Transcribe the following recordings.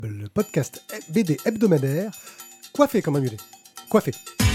Le podcast BD hebdomadaire, coiffé comme un mulet. Coiffé.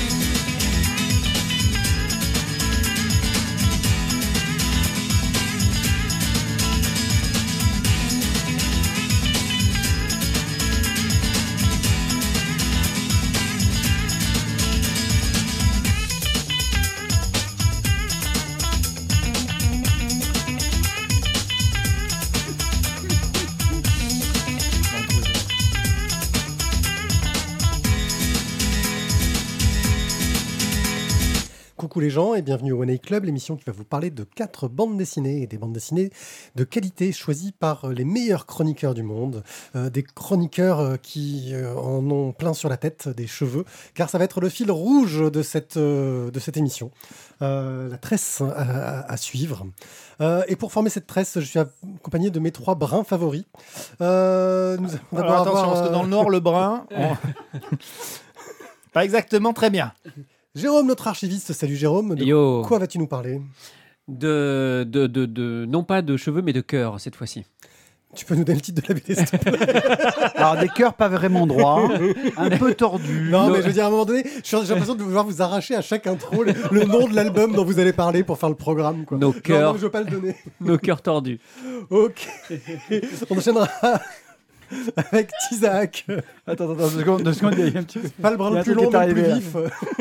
Coucou les gens et bienvenue au One A Club, l'émission qui va vous parler de 4 bandes dessinées et des bandes dessinées de qualité choisies par les meilleurs chroniqueurs du monde, des chroniqueurs qui en ont plein sur la tête, des cheveux, car ça va être le fil rouge de cette émission, la tresse à suivre. Et pour former cette tresse, je suis accompagné de mes 3 bruns favoris. Nous allons Alors attention, parce que dans le Nord, le brun... Pas exactement très bien. Jérôme, notre archiviste. Salut Jérôme. De quoi vas-tu nous parler ? Non pas de cheveux, mais de cœur, cette fois-ci. Tu peux nous donner le titre de la BD, s'il te plaît ? Alors, des cœurs pas vraiment droits, un peu tordus. Non, mais je veux dire, à un moment donné, j'ai l'impression de vouloir vous arracher à chaque intro le nom de l'album dont vous allez parler pour faire le programme. Quoi. Nos cœurs. Non, je veux pas le donner. Nos cœurs tordus. Ok. On enchaînera avec Tizak. Attends, 2 secondes, il y a un petit peu. Pas le bras le plus long, mais le plus vif.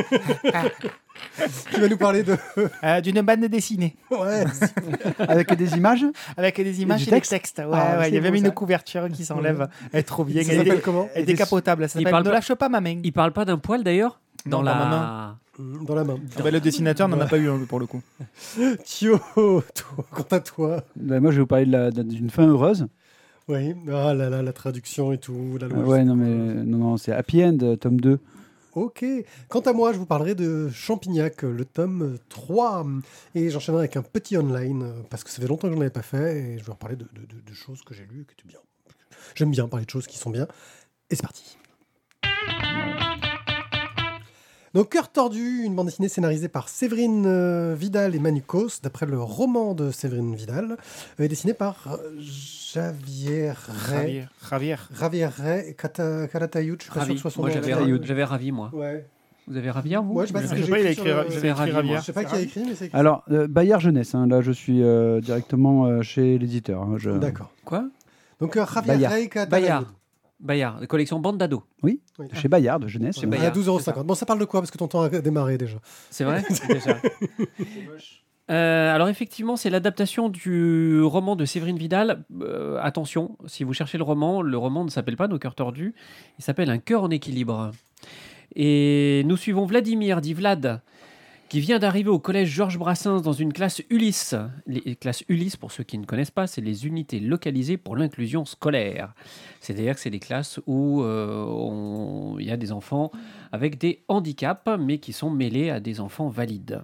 Qui va nous parler de... D'une bande dessinée. Ouais. Avec des images ? Avec des images et des textes. Ouais, il y avait même une couverture qui s'enlève. Elle est trop bien. Ça s'appelle comment ? Elle est décapotable. Ça s'appelle Ne lâche pas ma main. Il parle pas d'un poil d'ailleurs ? Dans ma main. Dans la main. Le dessinateur n'en a pas eu un pour le coup. Thio, quant à toi. Moi, je vais vous parler d'une fin heureuse. Oui, ah là là, la traduction et tout. La loi, ouais, non, c'est Happy End, tome 2. Ok. Quant à moi, je vous parlerai de Champignac, le tome 3. Et j'enchaînerai avec un petit online, parce que ça fait longtemps que je n'en avais pas fait, et je vais vous parler de choses que j'ai lues, qui étaient bien. J'aime bien parler de choses qui sont bien. Et c'est parti. Donc, Cœur tordu, une bande dessinée scénarisée par Séverine Vidal et Manu Cos, d'après le roman de Séverine Vidal, et dessinée par Javier Rey et Calatayud. Je suis pas sûr que ce soit son moi, nom. j'avais Ravi, moi. Ouais. Vous avez Ravi, vous ? Ouais, je sais pas Je si sais pas, il a écrit Ravi. Je sais pas qui a écrit, mais c'est écrit. Alors, Bayard Jeunesse, là, je suis directement chez l'éditeur. D'accord. Quoi ? Donc, Javier Rey et Calatayud. Bayard, la collection Bande d'ado. Oui, chez Bayard Jeunesse. Chez À Bayard, 12,50 €. Bon, ça parle de quoi ? Parce que ton temps a démarré déjà. C'est vrai ? Déjà. Alors effectivement, c'est l'adaptation du roman de Séverine Vidal. Attention, si vous cherchez le roman ne s'appelle pas Nos cœurs tordus, il s'appelle Un cœur en équilibre. Et nous suivons Vladimir, dit Vlad, qui vient d'arriver au collège Georges Brassens dans une classe Ulysse. Les classes Ulysse, pour ceux qui ne connaissent pas, c'est les unités localisées pour l'inclusion scolaire. C'est-à-dire que c'est des classes où il y a des enfants avec des handicaps, mais qui sont mêlés à des enfants valides.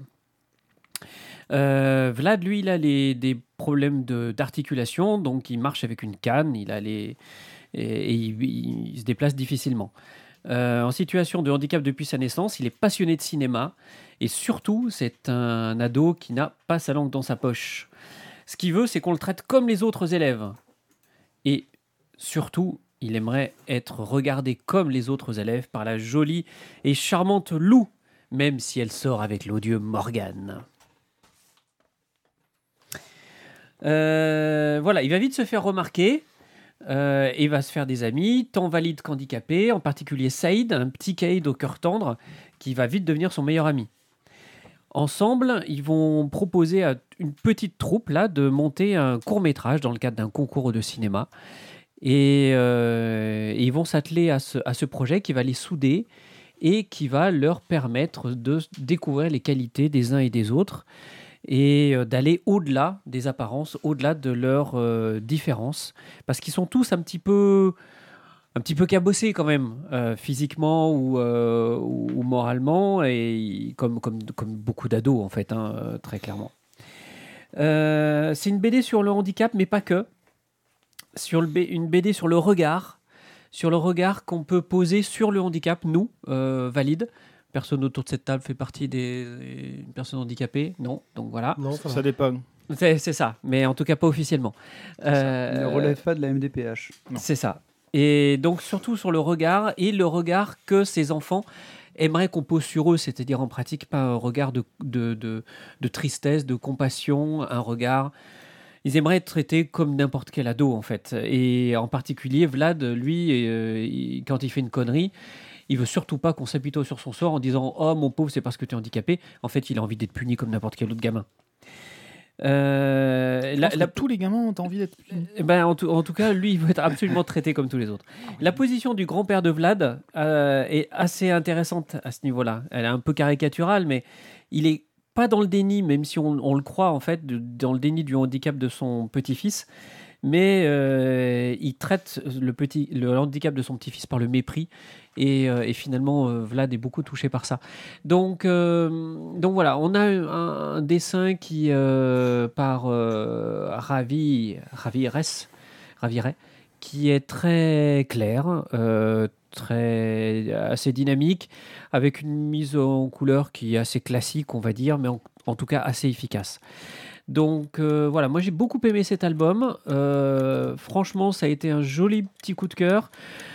Vlad, lui, il a des problèmes d'articulation, donc il marche avec une canne, il se déplace difficilement. En situation de handicap depuis sa naissance, il est passionné de cinéma et surtout, c'est un ado qui n'a pas sa langue dans sa poche. Ce qu'il veut, c'est qu'on le traite comme les autres élèves. Et surtout, il aimerait être regardé comme les autres élèves par la jolie et charmante Lou, même si elle sort avec l'odieux Morgane. Voilà, il va vite se faire remarquer. Il va se faire des amis, tant valides qu'handicapés, en particulier Saïd, un petit caïd au cœur tendre, qui va vite devenir son meilleur ami. Ensemble, ils vont proposer à une petite troupe là, de monter un court-métrage dans le cadre d'un concours de cinéma. Et ils vont s'atteler à ce projet qui va les souder et qui va leur permettre de découvrir les qualités des uns et des autres et d'aller au-delà des apparences, au-delà de leurs différences, parce qu'ils sont tous un petit peu cabossés quand même, physiquement ou moralement, et comme beaucoup d'ados en fait, très clairement. C'est une BD sur le handicap, mais pas que. Une BD sur le regard qu'on peut poser sur le handicap, nous, valides. Personne autour de cette table fait partie des personnes handicapées, non, donc voilà. Non, ça dépend. C'est ça, mais en tout cas pas officiellement. Ça ne relève pas de la MDPH. Non. C'est ça. Et donc surtout sur le regard, et le regard que ces enfants aimeraient qu'on pose sur eux, c'est-à-dire en pratique pas un regard de tristesse, de compassion, un regard... Ils aimeraient être traités comme n'importe quel ado en fait. Et en particulier Vlad, lui, quand il fait une connerie, il veut surtout pas qu'on s'apitoie sur son sort en disant « Oh mon pauvre, c'est parce que tu es handicapé ». En fait, il a envie d'être puni comme n'importe quel autre gamin. Tous les gamins ont envie d'être punis. En tout cas, lui, il veut être absolument traité comme tous les autres. La position du grand-père de Vlad est assez intéressante à ce niveau-là. Elle est un peu caricaturale, mais il est pas dans le déni, même si on le croit en fait, dans le déni du handicap de son petit-fils. Mais il traite le handicap de son petit-fils par le mépris. Et finalement, Vlad est beaucoup touché par ça. Donc voilà, on a un dessin qui, par Ravi Ray, qui est très clair, assez dynamique, avec une mise en couleur qui est assez classique, on va dire, mais en tout cas assez efficace. Donc voilà, moi j'ai beaucoup aimé cet album. Franchement, ça a été un joli petit coup de cœur.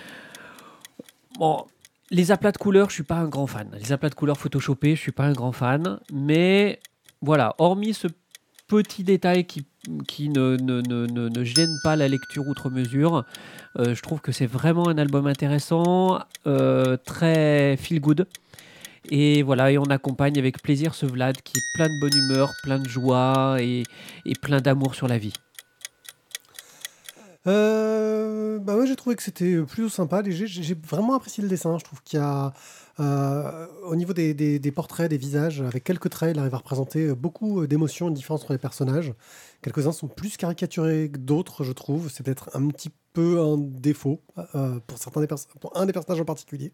Bon, les aplats de couleurs, je suis pas un grand fan. Les aplats de couleurs photoshopés, je suis pas un grand fan. Mais voilà, hormis ce petit détail qui ne gêne pas la lecture outre mesure, je trouve que c'est vraiment un album intéressant, très feel good. Et voilà, et on accompagne avec plaisir ce Vlad qui est plein de bonne humeur, plein de joie et plein d'amour sur la vie. Moi j'ai trouvé que c'était plutôt sympa, léger. J'ai vraiment apprécié le dessin. Je trouve qu'il y a au niveau des portraits, des visages, avec quelques traits, il arrive à représenter beaucoup d'émotions et de différences entre les personnages. Quelques-uns sont plus caricaturés que d'autres, je trouve. C'est peut-être un petit peu un défaut pour un des personnages en particulier.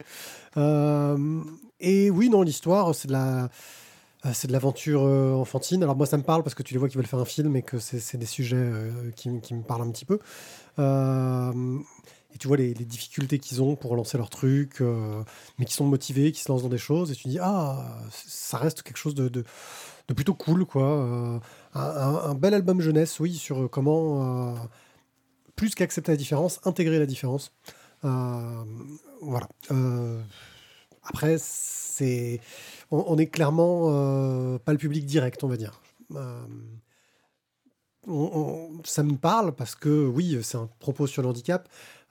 Et oui, non, l'histoire, c'est de l'aventure enfantine. Alors moi, ça me parle parce que tu les vois qui veulent faire un film et que c'est des sujets qui me parlent un petit peu. Et tu vois les difficultés qu'ils ont pour lancer leur truc, mais qui sont motivés, qui se lancent dans des choses. Et tu dis, ça reste quelque chose de plutôt cool, quoi. Un bel album jeunesse, oui, sur comment, plus qu'accepter la différence, intégrer la différence. Voilà. Après, on est clairement pas le public direct, on va dire. Ça me parle parce que, oui, c'est un propos sur le handicap,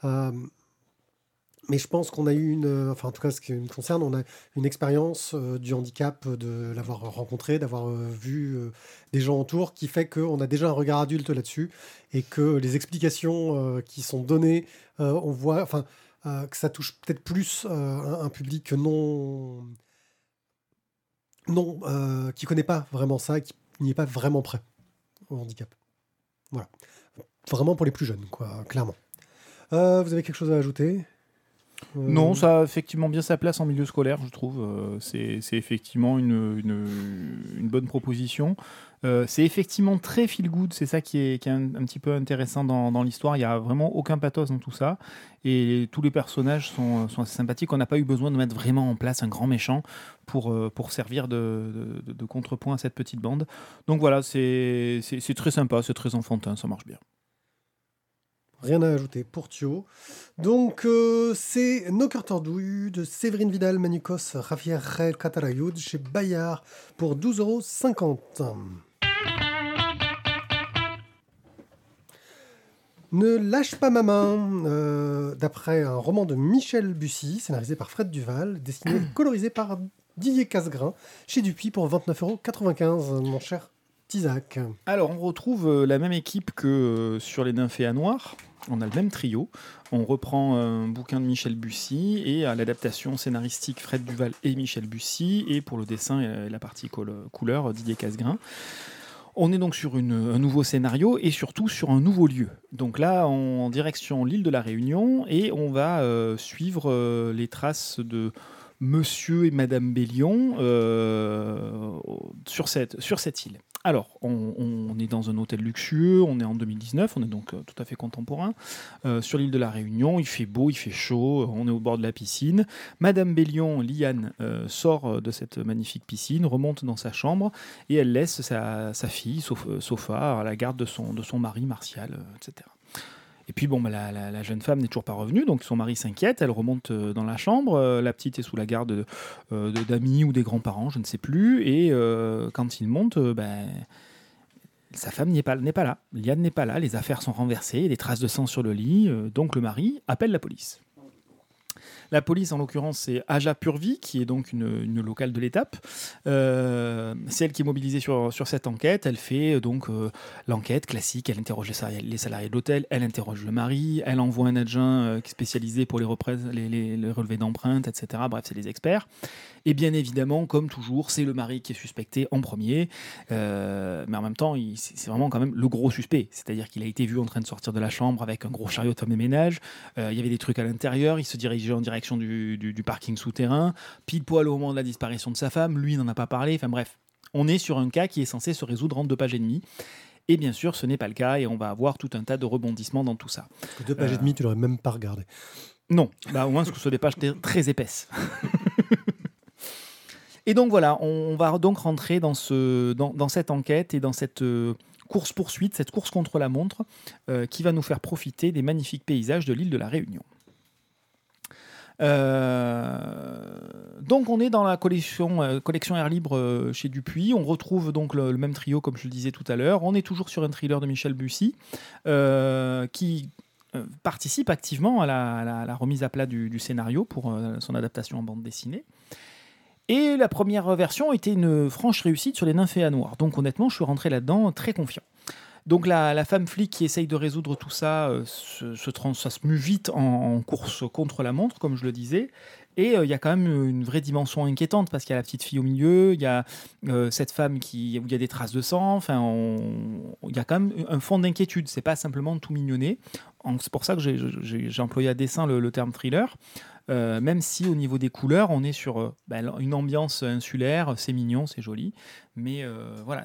mais je pense qu'on a eu en tout cas, ce qui me concerne, on a une expérience du handicap, de l'avoir rencontré, d'avoir vu des gens autour, qui fait qu'on a déjà un regard adulte là-dessus, et que les explications qui sont données, on voit... que ça touche peut-être plus un public qui connaît pas vraiment ça, qui n'y est pas vraiment prêt au handicap. Voilà. Vraiment pour les plus jeunes, quoi, clairement. Vous avez quelque chose à ajouter ? Non, ça a effectivement bien sa place en milieu scolaire, je trouve. C'est effectivement une bonne proposition. C'est effectivement très feel good, c'est ça qui est un petit peu intéressant dans l'histoire. Il n'y a vraiment aucun pathos dans tout ça. Et tous les personnages sont assez sympathiques. On n'a pas eu besoin de mettre vraiment en place un grand méchant pour servir de contrepoint à cette petite bande. Donc voilà, c'est très sympa, c'est très enfantin, ça marche bien. Rien à ajouter pour Thio. Donc, c'est Nos Cœurs Tordus de Séverine Vidal, Manucos, Javier Rey, Catarayoud chez Bayard pour 12,50 €. Ne lâche pas ma main, d'après un roman de Michel Bussy, scénarisé par Fred Duval, dessiné et colorisé par Didier Casgrain, chez Dupuis pour 29,95 €, mon cher Isaac. Alors, on retrouve la même équipe que sur Les Nymphéas Noirs. On a le même trio. On reprend un bouquin de Michel Bussy et à l'adaptation scénaristique Fred Duval et Michel Bussy, et pour le dessin et la partie couleur Didier Casgrain. On est donc sur un nouveau scénario et surtout sur un nouveau lieu. Donc là, en direction l'île de la Réunion, et on va suivre les traces de Monsieur et Madame Bellion sur cette île. Alors, on est dans un hôtel luxueux, on est en 2019, on est donc tout à fait contemporain. Sur l'île de la Réunion, il fait beau, il fait chaud, on est au bord de la piscine. Madame Bellion, Liane, sort de cette magnifique piscine, remonte dans sa chambre, et elle laisse sa fille, Sofa, à la garde de son mari Martial, etc. Et puis la jeune femme n'est toujours pas revenue, donc son mari s'inquiète, elle remonte dans la chambre, la petite est sous la garde d'amis ou des grands-parents, je ne sais plus, et quand il monte, sa femme n'est pas là, Liane n'est pas là, les affaires sont renversées, il y a des traces de sang sur le lit, donc le mari appelle la police. La police, en l'occurrence, c'est Aja Purvi, qui est donc une locale de l'étape. C'est elle qui est mobilisée sur cette enquête. Elle fait donc l'enquête classique. Elle interroge les salariés de l'hôtel, elle interroge le mari, elle envoie un adjoint qui est spécialisé pour les relevés d'empreintes, etc. Bref, c'est des experts. Et bien évidemment, comme toujours, c'est le mari qui est suspecté en premier. Mais en même temps, c'est vraiment quand même le gros suspect. C'est-à-dire qu'il a été vu en train de sortir de la chambre avec un gros chariot de femme et ménage. Il y avait des trucs à l'intérieur. Il se dirigeait en direction du parking souterrain. Pile poil au moment de la disparition de sa femme. Lui, il n'en a pas parlé. Enfin bref, on est sur un cas qui est censé se résoudre en 2 pages et demie. Et bien sûr, ce n'est pas le cas. Et on va avoir tout un tas de rebondissements dans tout ça. 2 pages et demie, tu l'aurais même pas regardé. Non. Au moins, ce sont des pages très épaisses. Et donc voilà, on va donc rentrer dans cette enquête et dans cette course-poursuite, cette course contre la montre, qui va nous faire profiter des magnifiques paysages de l'île de la Réunion. Donc on est dans la collection Air Libre chez Dupuis. On retrouve donc le même trio comme je le disais tout à l'heure. On est toujours sur un thriller de Michel Bussy qui participe activement à la remise à plat du scénario pour son adaptation en bande dessinée. Et la première version était une franche réussite sur les Nymphéanoirs. Donc honnêtement, je suis rentré là-dedans très confiant. Donc la femme flic qui essaye de résoudre tout ça, ça se mue vite en course contre la montre, comme je le disais. Et il y a quand même une vraie dimension inquiétante parce qu'il y a la petite fille au milieu, il y a cette femme où il y a des traces de sang. Enfin, il y a quand même un fond d'inquiétude. C'est pas simplement tout mignonné. C'est pour ça que j'ai employé à dessein le terme thriller. Même si au niveau des couleurs, on est sur une ambiance insulaire, c'est mignon, c'est joli. Mais voilà,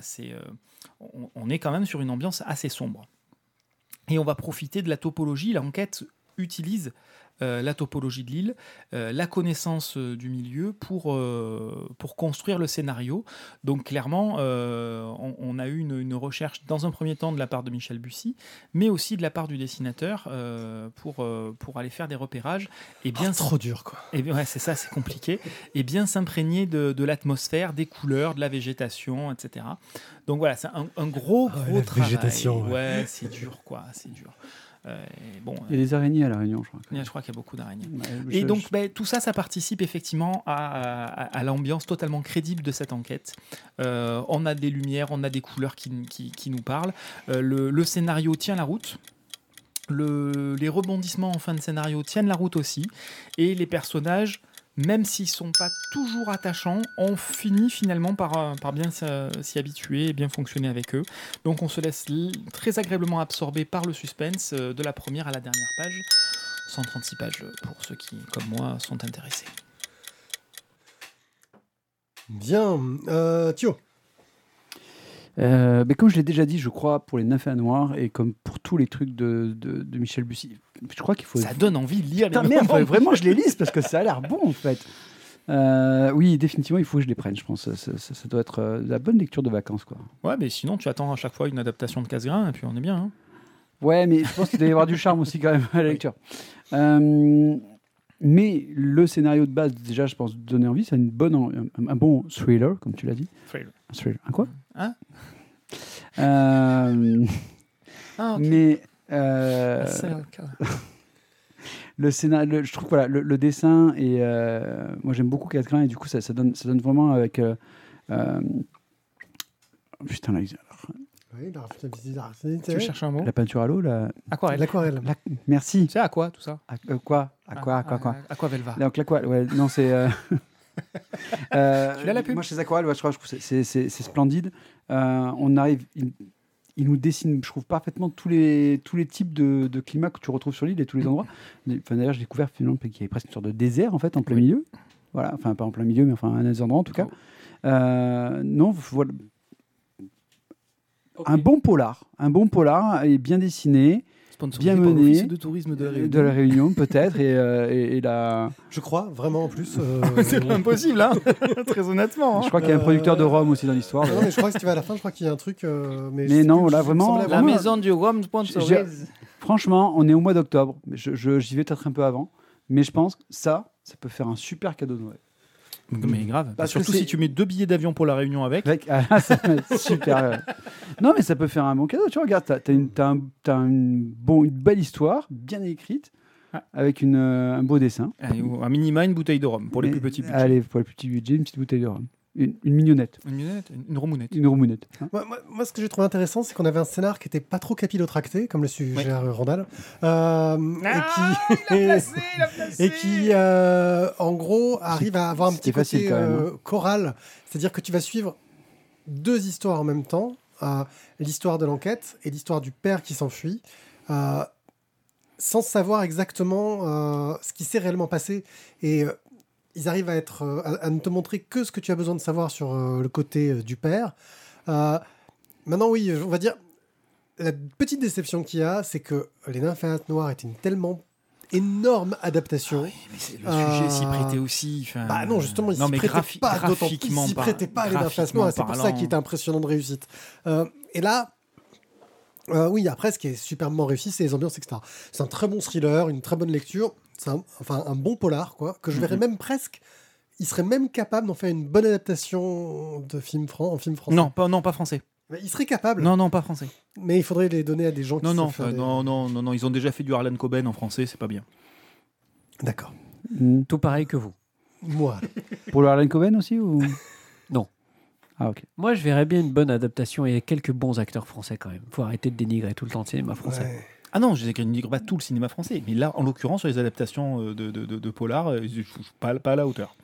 on est quand même sur une ambiance assez sombre. Et on va profiter de la topologie. L'enquête utilise la topologie de l'île, la connaissance du milieu pour construire le scénario. Donc clairement, on a eu une recherche dans un premier temps de la part de Michel Bussy, mais aussi de la part du dessinateur pour aller faire des repérages. Et bien, trop dur, quoi. Et ouais, c'est ça, c'est compliqué. Et bien s'imprégner de l'atmosphère, des couleurs, de la végétation, etc. Donc voilà, c'est un gros la travail. végétation, ouais, c'est dur, quoi, c'est dur. Il y a des araignées à La Réunion, je crois. Je crois qu'il y a beaucoup d'araignées. Et donc, tout ça participe effectivement à l'ambiance totalement crédible de cette enquête. On a des lumières, on a des couleurs qui nous parlent. Le scénario tient la route. Les rebondissements en fin de scénario tiennent la route aussi. Et les personnages, même s'ils ne sont pas toujours attachants, on finit finalement par bien s'y habituer et bien fonctionner avec eux. Donc on se laisse très agréablement absorber par le suspense de la première à la dernière page. 136 pages pour ceux qui, comme moi, sont intéressés. Bien. Thio. Mais comme je l'ai déjà dit, je crois, pour les Nymphéanoirs et comme pour tous les trucs de Michel Bussy, je crois qu'il faut... Ça donne envie de lire. Putain, merde, vraiment, je les lise parce que ça a l'air bon, en fait. Oui, définitivement, il faut que je les prenne, je pense. Ça doit être la bonne lecture de vacances, quoi. Ouais, mais sinon, tu attends à chaque fois une adaptation de Casgrain et puis on est bien. Hein. Ouais, mais je pense qu'il doit y avoir du charme aussi, quand même, à la lecture. Mais le scénario de base, déjà, je pense, donner envie, c'est un bon thriller, comme tu l'as dit. Thriller. Un thriller. Un quoi? Hein? Okay. Mais le scénario, je trouve voilà, le dessin et moi j'aime beaucoup Casgrain et du coup ça donne vraiment avec putain là, Oui, tu cherches un mot? La peinture à l'eau, Aquarelle. L'aquarelle. Tu Merci. sais à quoi tout ça? Quoi? Aquavelva. Donc l'aquarelle, ouais, non c'est. Tu l'as la pub? Moi chez Aquarelle, ouais, je trouve que c'est splendide. On arrive. Il nous dessine, je trouve, parfaitement tous les types de climats que tu retrouves sur l'île et tous les endroits. Enfin, d'ailleurs, j'ai découvert finalement qu'il y avait presque une sorte de désert en fait en plein milieu. Voilà, enfin pas en plein milieu, mais enfin un des endroits en tout cas. Non, voilà. Okay. Un bon polar est bien dessiné, bien mené, de tourisme de la Réunion peut-être et la. Je crois vraiment en plus. C'est pas impossible, hein. Très honnêtement. Hein. Je crois qu'il y a un producteur de rhum aussi dans l'histoire. Non, mais je crois que si tu vas à la fin, je crois qu'il y a un truc. Mais non, là vraiment. La maison du rhum sponsorise. Franchement, on est au mois d'octobre. J'y vais peut-être un peu avant. Mais je pense que ça peut faire un super cadeau de Noël. Mais grave. Parce Surtout que si tu mets 2 billets d'avion pour la Réunion avec. Ça va être super. Non, mais ça peut faire un bon cadeau. Tu vois, regarde, t'as une belle histoire, bien écrite, avec un beau dessin. Allez, ou un minima, une bouteille de rhum pour les plus petits budgets. Allez, pour les plus petits budgets, une petite bouteille de rhum. Une mignonnette. Une romounette. Une romounette. Moi, ce que j'ai trouvé intéressant, c'est qu'on avait un scénar qui était pas trop capillotracté, comme le suggère Randall, et qui, en gros, arrive à avoir un petit facile, côté quand même, choral. C'est-à-dire que tu vas suivre 2 histoires en même temps, l'histoire de l'enquête et l'histoire du père qui s'enfuit, sans savoir exactement ce qui s'est réellement passé. Et ils arrivent à ne te montrer que ce que tu as besoin de savoir sur le côté du père. Maintenant, oui, on va dire, la petite déception qu'il y a, c'est que Les Nymphéates Noires est une tellement énorme adaptation. Oui, mais le sujet s'y prêtait aussi. Bah non, justement, il s'y prêtait pas, d'autant plus il s'y prêtait pas à Les Nymphéates Noires. C'est pour ça qu'il était impressionnant de réussite. Et là, oui, après, ce qui est superbement réussi, c'est les ambiances, etc. C'est un très bon thriller, une très bonne lecture. C'est un bon polar, quoi, que je verrais même presque. Il serait même capable d'en faire une bonne adaptation de film en film français. Non, pas français. Mais il serait capable. Non, pas français. Mais il faudrait les donner à des gens qui savent faire non, ils ont déjà fait du Harlan Coben en français, c'est pas bien. D'accord. Tout pareil que vous. Moi. Pour le Harlan Coben aussi ou... Non. Ah, ok. Moi, je verrais bien une bonne adaptation et quelques bons acteurs français quand même. Faut arrêter de dénigrer tout le temps le cinéma français. Ouais. Ah non, je dénigre pas tout le cinéma français, mais là, en l'occurrence, sur les adaptations de polar, ils sont pas à la hauteur.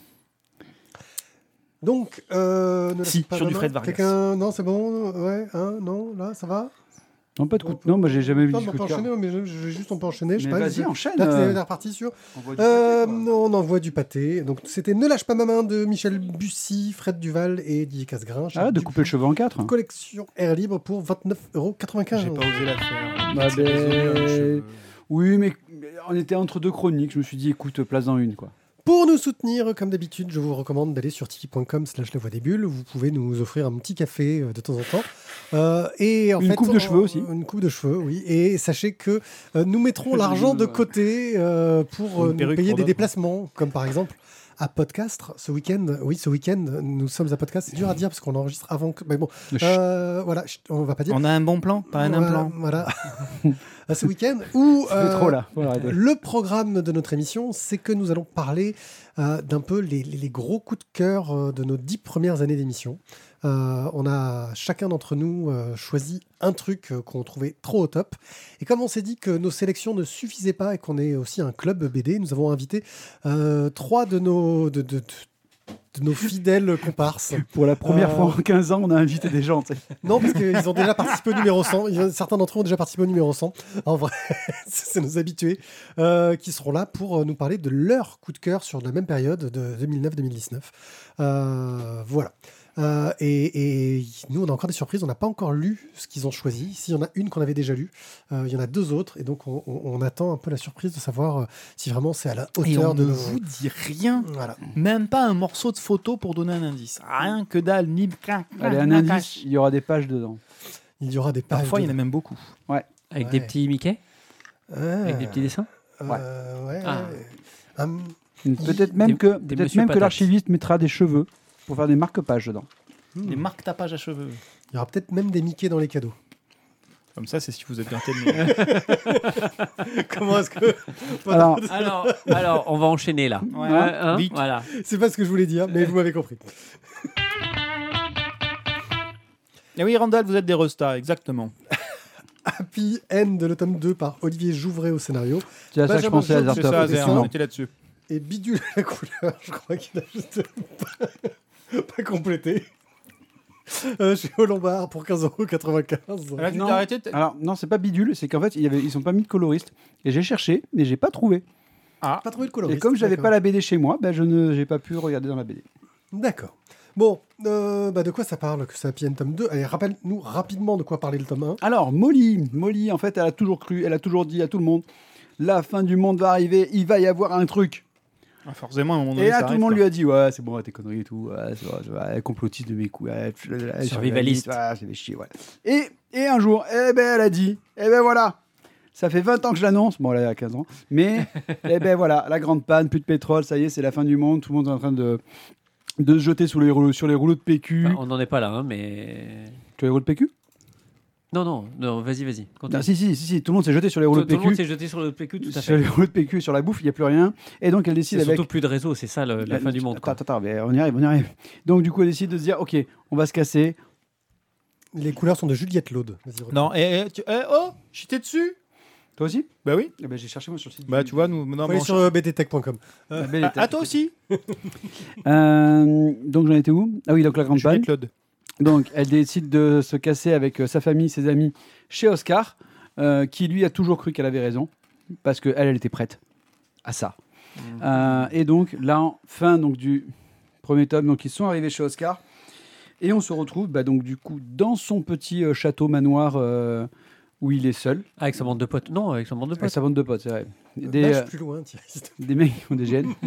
Donc, sur du Fred Vargas. Non, c'est bon. Ouais, non, là, ça va. Non, pas de coup de... Non, moi j'ai jamais vu Non, de on coup peut de cœur. enchaîner, mais on peut enchaîner. Je sais Mais pas, vas-y, enchaîne. Là, tu es reparti sur. On envoie du pâté. Donc, c'était Ne lâche pas ma main de Michel Bussy, Fred Duval et Didier Casgrain. De couper le cheveu en 4. Collection Air Libre pour 29,95 €. J'ai pas osé la faire. Oui, mais on était entre 2 chroniques. Je me suis dit, écoute, place dans une, quoi. Pour nous soutenir, comme d'habitude, je vous recommande d'aller sur tiki.com/la voix des bulles. Vous pouvez nous offrir un petit café de temps en temps. Et en Une coupe de cheveux aussi. Une coupe de cheveux, oui. Et sachez que nous mettrons l'argent de côté pour nous payer des déplacements, comme par exemple à Podcast ce week-end. Oui, ce week-end, nous sommes à Podcast. C'est dur à dire parce qu'on enregistre avant que. Mais bon, voilà, on va pas dire. On a un bon plan, pas un implant. Voilà. Ce week-end où trop là. le programme de notre émission, c'est que nous allons parler d'un peu les gros coups de cœur de nos 10 premières années d'émission. On a chacun d'entre nous choisi un truc qu'on trouvait trop au top. Et comme on s'est dit que nos sélections ne suffisaient pas et qu'on est aussi un club BD, nous avons invité 3 de nos fidèles comparses. Pour la première fois en 15 ans, on a invité des gens. T'sais. Non, parce qu'ils ont déjà participé au numéro 100. Certains d'entre eux ont déjà participé au numéro 100. En vrai, c'est nos habitués qui seront là pour nous parler de leur coup de cœur sur la même période de 2009-2019. Voilà. Et nous, on a encore des surprises. On n'a pas encore lu ce qu'ils ont choisi. Ici, il y en a une qu'on avait déjà lue. Il y en a 2 autres. Et donc, on attend un peu la surprise de savoir si vraiment c'est à la hauteur de ne nos... vous dit rien. Voilà. Même pas un morceau de photo pour donner un indice. Rien que dalle, ni... Allez, un indice, il y aura des pages dedans. Il y aura des pages. Parfois, il y en a même beaucoup. Avec des petits Mickey avec des petits dessins. Peut-être même que l'archiviste mettra des cheveux pour faire des marque-pages dedans. Des marque-tapages à cheveux. Il y aura peut-être même des Mickey dans les cadeaux. Comme ça, c'est si vous êtes gâté de Comment est-ce que... Alors, on va enchaîner là. Vite. Voilà. C'est pas ce que je voulais dire, mais vous m'avez compris. Et oui, Randall, vous êtes des restas, exactement. Happy End de l'automne 2 par Olivier Jouvray au scénario. C'est à ça que je pensais à C'est ça, on était là-dessus. Et Bidule la couleur, je crois qu'il a juste pas complété. Chez Au-Lombard pour 15,95 €. Là, tu Non. t'es arrêté Alors, non, c'est pas bidule, c'est qu'en fait, ils sont pas mis de coloriste. Et j'ai cherché, mais j'ai pas trouvé. Pas trouvé de coloriste. Et comme j'avais d'accord. pas la BD chez moi, j'ai pas pu regarder dans la BD. D'accord. Bon, de quoi ça parle que c'est Happy End tome 2 ? Allez, rappelle-nous rapidement de quoi parlait le tome 1. Alors, Molly, en fait, elle a toujours cru, elle a toujours dit à tout le monde, la fin du monde va arriver, il va y avoir un truc. Forcément, à un moment donné, Et là, ça tout le monde arrive, lui a dit, ouais, c'est bon, tes conneries et tout, elle complotiste de mes coups, Survivaliste. Ouais, c'est des chier, ouais. Et un jour, elle a dit, voilà, Ça fait 20 ans que je l'annonce. Bon, là, il y a 15 ans. Mais, eh ben voilà, la grande panne, plus de pétrole, ça y est, c'est la fin du monde. Tout le monde est en train de se jeter sur les rouleaux de PQ. Enfin, on n'en est pas là, hein, mais. Tu as les rouleaux de PQ? Non, vas-y. Ah, si, tout le monde s'est jeté sur les rouleaux de Tout le PQ. monde s'est jeté sur le PQ, tout à Sur fait. les rouleaux de PQ, sur la bouffe, il n'y a plus rien. Et donc, elle décide C'est avec. surtout plus de réseau, c'est ça la fin du monde. Quoi. Attends, mais on y arrive. Donc, du coup, elle décide de se dire, ok, on va se casser. Les couleurs sont de Juliette Laude. Vas-y, reprends. Non, oh, j'étais dessus. Toi aussi? Bah oui. Eh ben, j'ai cherché moi sur le site. Bah tu vois, nous. Non, Faut mais aller sur bdtech.com. toi aussi. Donc, j'en étais où? Ah oui, donc la grande panne. Juliette Laude. Donc, elle décide de se casser avec sa famille, ses amis, chez Oscar, qui lui a toujours cru qu'elle avait raison, parce qu'elle était prête à ça. Et donc, là, fin donc, du premier tome, donc ils sont arrivés chez Oscar, et on se retrouve donc, du coup, dans son petit château manoir où il est seul. Avec sa bande de potes. Non, avec sa bande de Avec potes. sa bande de potes, c'est vrai. Nage plus loin, Thierry. Des mecs qui ont des gènes.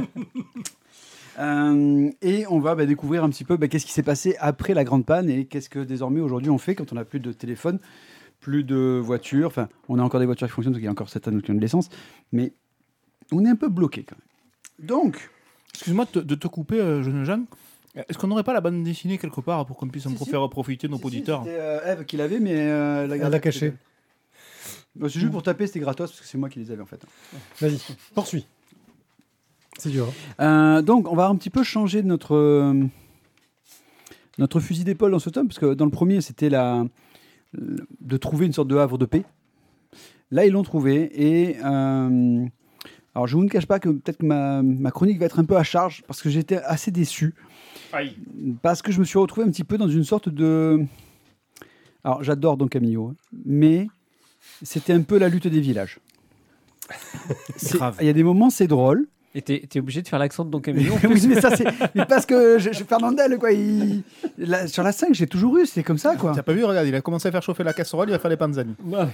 Et on va découvrir un petit peu qu'est-ce qui s'est passé après la grande panne et qu'est-ce que désormais aujourd'hui on fait quand on n'a plus de téléphone, plus de voitures. Enfin, on a encore des voitures qui fonctionnent parce qu'il y a encore certaines qui ont de l'essence, mais on est un peu bloqué quand même. Donc, excuse-moi de te couper, jeune Jeanne. Est-ce qu'on n'aurait pas la bande dessinée quelque part pour qu'on puisse en faire profiter nos auditeurs? C'était Eve qui l'avait, mais elle l'a caché. C'est juste pour taper, c'était gratos parce que c'est moi qui les avais en fait. Vas-y, poursuis. C'est dur. Donc, on va un petit peu changer notre fusil d'épaule dans ce tome, parce que dans le premier, c'était de trouver une sorte de havre de paix. Là, ils l'ont trouvé. Et alors, je ne vous cache pas que peut-être que ma chronique va être un peu à charge, parce que j'étais assez déçu. Aïe. Parce que je me suis retrouvé un petit peu dans une sorte de... Alors, j'adore Don Camillo, mais c'était un peu la lutte des villages. Grave. Il y a des moments, c'est drôle. Et t'es obligé de faire l'accent de Don Camillo. Oui, mais ça, c'est mais parce que Fernandel, quoi, sur la 5, j'ai toujours eu, c'est comme ça, quoi. T'as pas vu, regarde, il a commencé à faire chauffer la casserole, il va faire les panzani. Ouais.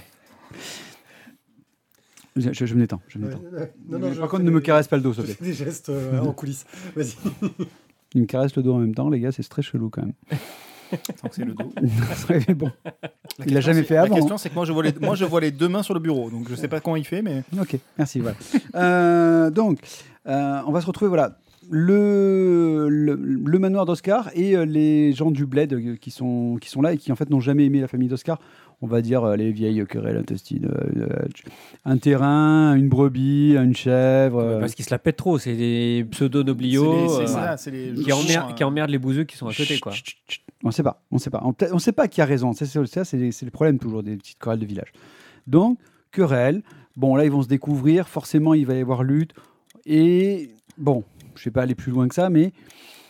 Je me détends. Non, Par contre, ne me caresse pas le dos, s'il te plaît. Des gestes en coulisses. Vas-y. Il me caresse le dos en même temps, les gars, c'est très chelou quand même. Tant que c'est le dos. Mais bon, il l'a jamais fait avant. La question, c'est que moi, je vois les deux mains sur le bureau, donc je sais pas comment il fait, mais. Ok, merci. Voilà. Donc, on va se retrouver, voilà, le manoir d'Oscar et les gens du bled qui sont là et qui en fait n'ont jamais aimé la famille d'Oscar. On va dire les vieilles querelles intestines, un terrain, une brebis, une chèvre. Parce qu'ils se la pètent trop, c'est des pseudo-nobliaux C'est les qui emmerdent les bouseux qui sont à côté. Quoi. On sait pas. On sait pas qui a raison. C'est le problème toujours des petites querelles de village. Donc, querelle. Bon, là, ils vont se découvrir. Forcément, il va y avoir lutte. Et bon, je vais pas aller plus loin que ça, mais...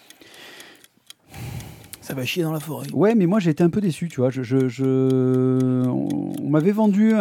Ça va chier dans la forêt. Ouais, mais moi j'ai été un peu déçu, tu vois. On m'avait vendu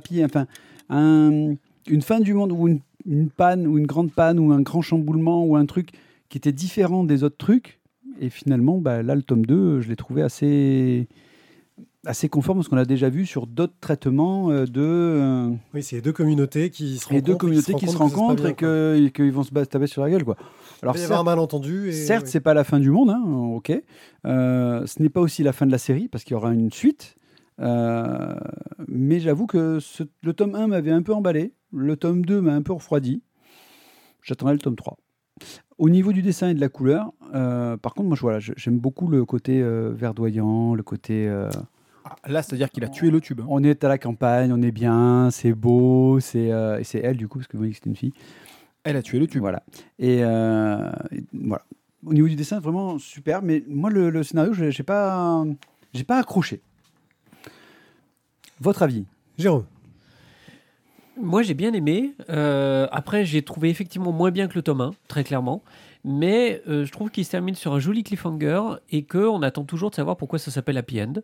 une fin du monde ou une panne ou une grande panne ou un grand chamboulement ou un truc qui était différent des autres trucs. Et finalement, là, le tome 2, je l'ai trouvé assez conforme à ce qu'on a déjà vu sur d'autres traitements de... Oui, c'est les deux communautés qui se rencontrent. Les deux communautés qui se rencontrent et qu'ils vont se taper sur la gueule, quoi. Alors, il va y avoir un malentendu. Certes, c'est pas la fin du monde, hein, ok. Ce n'est pas aussi la fin de la série, parce qu'il y aura une suite. Mais j'avoue que le tome 1 m'avait un peu emballé. Le tome 2 m'a un peu refroidi. J'attendrai le tome 3. Au niveau du dessin et de la couleur, par contre, moi, j'aime beaucoup le côté verdoyant, le côté... Là, c'est-à-dire qu'il a tué le tube. On est à la campagne, on est bien, c'est beau, et c'est elle, du coup, parce que vous voyez que c'était une fille. Elle a tué le tube. Voilà. Et voilà. Au niveau du dessin, vraiment super. Mais moi, le scénario, j'ai pas accroché. Votre avis? Jérôme? Moi, j'ai bien aimé. Après, j'ai trouvé effectivement moins bien que le tome 1, très clairement. Mais je trouve qu'il se termine sur un joli cliffhanger et qu'on attend toujours de savoir pourquoi ça s'appelle Happy End.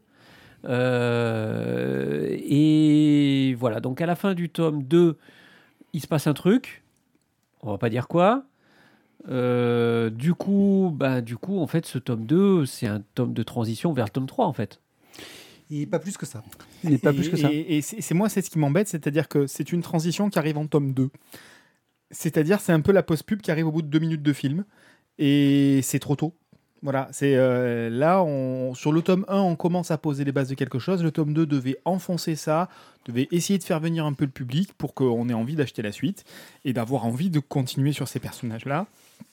Et voilà. Donc, à la fin du tome 2, il se passe un truc. On va pas dire quoi. Du coup, en fait, ce tome 2, c'est un tome de transition vers le tome 3, en fait. Et pas plus que ça. Et c'est moi, c'est ce qui m'embête, c'est-à-dire que c'est une transition qui arrive en tome 2. C'est-à-dire, c'est un peu la post-pub qui arrive au bout de 2 minutes de film. Et c'est trop tôt. Voilà, c'est là, sur le tome 1, on commence à poser les bases de quelque chose. Le tome 2 devait enfoncer ça, devait essayer de faire venir un peu le public pour qu'on ait envie d'acheter la suite et d'avoir envie de continuer sur ces personnages-là.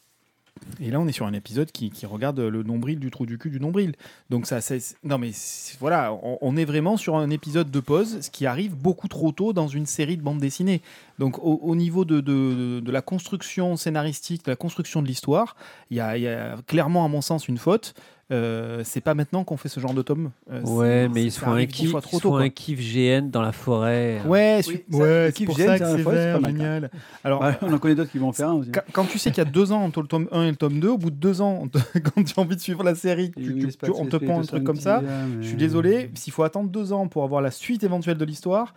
Et là, on est sur un épisode qui regarde le nombril du trou du cul du nombril. Donc ça, non mais voilà, on est vraiment sur un épisode de pause, ce qui arrive beaucoup trop tôt dans une série de bandes dessinées. Donc au niveau de la construction scénaristique, de la construction de l'histoire, il y a clairement, à mon sens, une faute. C'est pas maintenant qu'on fait ce genre de tome. Mais ils se font un kiff GN dans la forêt. Ouais, Oui, c'est kiff pour GN, ça c'est que un c'est fois, c'est vert, pas mal, génial. Alors, on en connaît d'autres qui vont en faire un aussi. quand tu sais qu'il y a 2 ans entre le tome 1 et le tome 2, au bout de 2 ans, quand tu as envie de suivre la série, on te prend un truc comme ça. Je suis désolé, s'il faut attendre 2 ans pour avoir la suite éventuelle de l'histoire,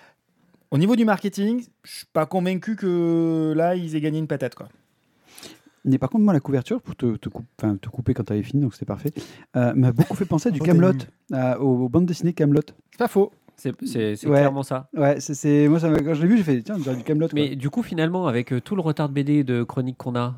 au niveau du marketing, je suis pas convaincu que là, ils aient gagné une patate, quoi. Mais par contre, moi, la couverture, pour te couper quand tu avais fini, donc c'était parfait, m'a beaucoup fait penser à du Camelot, aux bandes dessinées Camelot. C'est pas faux. C'est clairement ça. Ouais, moi, quand je l'ai vu, j'ai fait tiens, on dirait du Camelot. Mais du coup, finalement, avec tout le retard de BD et de chronique qu'on a,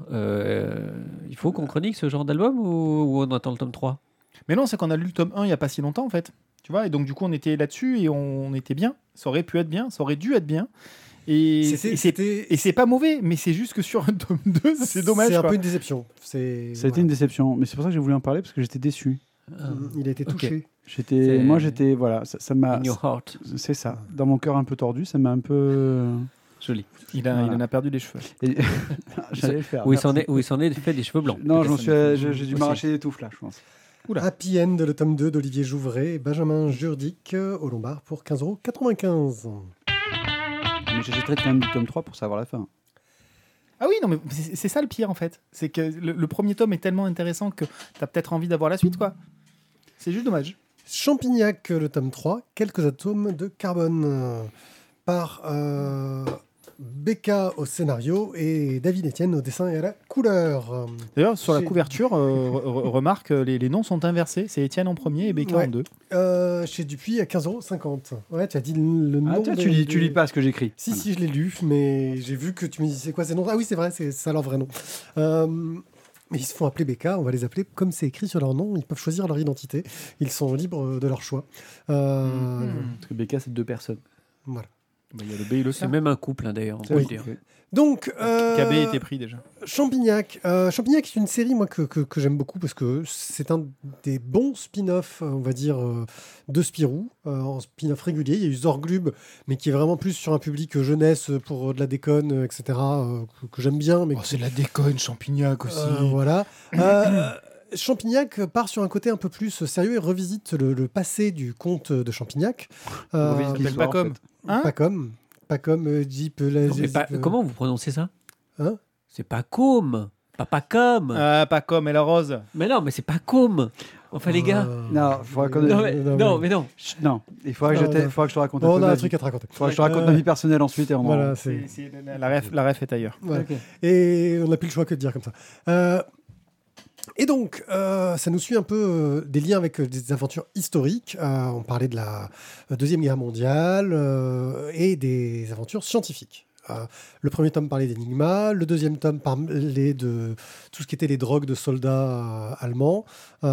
il faut qu'on chronique ce genre d'album ou on attend le tome 3 ? Mais non, c'est qu'on a lu le tome 1 il y a pas si longtemps, en fait. Tu vois, et donc du coup, on était là-dessus et on était bien. Ça aurait pu être bien, ça aurait dû être bien. Et c'est pas mauvais, mais c'est juste que sur un tome 2, c'est dommage. C'est un peu une déception. Ça a été une déception, mais c'est pour ça que j'ai voulu en parler parce que j'étais déçu. Il a été touché. J'étais voilà, ça m'a. In your heart. C'est ça. Dans mon cœur un peu tordu, ça m'a un peu. Joli. Il en a perdu les cheveux. J'allais le faire. Où il s'en est fait des cheveux blancs. Non, j'ai dû m'arracher des touffes là, je pense. Oula. Happy End, le tome 2 d'Olivier Jouvray et Benjamin Jurdic au Lombard pour 15,95 €. Mais j'achèterais quand même du tome 3 pour savoir la fin. Ah oui, non, mais c'est ça le pire, en fait. C'est que le premier tome est tellement intéressant que t'as peut-être envie d'avoir la suite, quoi. C'est juste dommage. Champignac, le tome 3, quelques atomes de carbone, par Becca au scénario et David Etienne au dessin et à la couleur. D'ailleurs, sur la couverture, remarque, les noms sont inversés. C'est Étienne en premier et Becca en 2. Chez Dupuis à 15,50 €. Ouais, tu as dit le nom. Tu lis pas ce que j'écris. Si, si, je l'ai lu, mais j'ai vu que tu me dis c'est quoi ces noms. Ah oui, c'est vrai, c'est ça leur vrai nom. Mais ils se font appeler Becca, on va les appeler comme c'est écrit sur leur nom, ils peuvent choisir leur identité, ils sont libres de leur choix. Parce que Becca, c'est 2 personnes. Voilà. Il y a le B et le C. C'est même un couple, d'ailleurs. on peut le dire. Donc, KB était pris déjà. Champignac. Champignac, c'est une série moi, que j'aime beaucoup parce que c'est un des bons spin-offs, on va dire, de Spirou, en spin-off régulier. Il y a eu Zorglub, mais qui est vraiment plus sur un public jeunesse pour de la déconne, etc., que j'aime bien. Mais c'est de la déconne, Champignac aussi. Voilà. Champignac part sur un côté un peu plus sérieux et revisite le passé du conte de Champignac. Pas comme. Hein Pas comme Jeep. Comment vous prononcez ça? Hein? C'est pas comme. Pas comme. Pas comme, elle rose. Mais non, mais c'est pas comme. Enfin, les gars. Non, il faudra qu'on. Non, mais non. Non, il faudra que je te raconte. On a un truc à te raconter. Il faudra que je te raconte ma vie personnelle ensuite. Et voilà, la ref est ailleurs. Voilà. Okay. Et on n'a plus le choix que de dire comme ça. Et donc, ça nous suit un peu des liens avec des aventures historiques. On parlait de la Deuxième Guerre mondiale et des aventures scientifiques. Le premier tome parlait d'Enigma, le deuxième tome parlait de tout ce qui était les drogues de soldats allemands.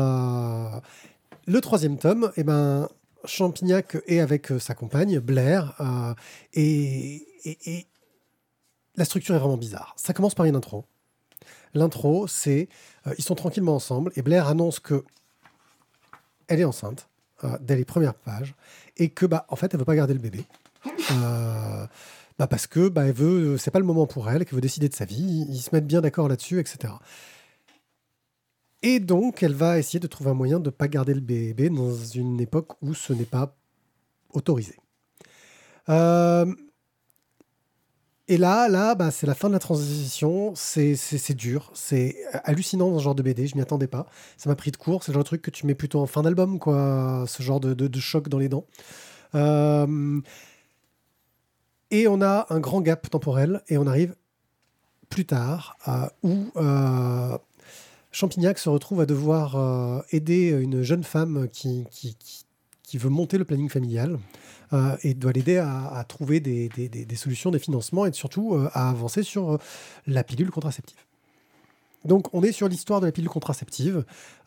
Le troisième tome, Champignac est avec sa compagne, Blair, et la structure est vraiment bizarre. Ça commence par une intro. L'intro, c'est ils sont tranquillement ensemble et Blair annonce que elle est enceinte dès les premières pages et que en fait elle veut pas garder le bébé parce que elle veut, c'est pas le moment pour elle, qu'elle veut décider de sa vie. Ils se mettent bien d'accord là-dessus, etc. Et donc elle va essayer de trouver un moyen de pas garder le bébé dans une époque où ce n'est pas autorisé. Et là, c'est la fin de la transition, c'est dur, c'est hallucinant dans ce genre de BD, je m'y attendais pas. Ça m'a pris de court, c'est le genre de truc que tu mets plutôt en fin d'album, quoi, ce genre de choc dans les dents. Et on a un grand gap temporel, et on arrive plus tard, où Champignac se retrouve à devoir aider une jeune femme qui veut monter le planning familial. Et doit l'aider à trouver des solutions, des financements et surtout à avancer sur la pilule contraceptive. Donc, on est sur l'histoire de la pilule contraceptive.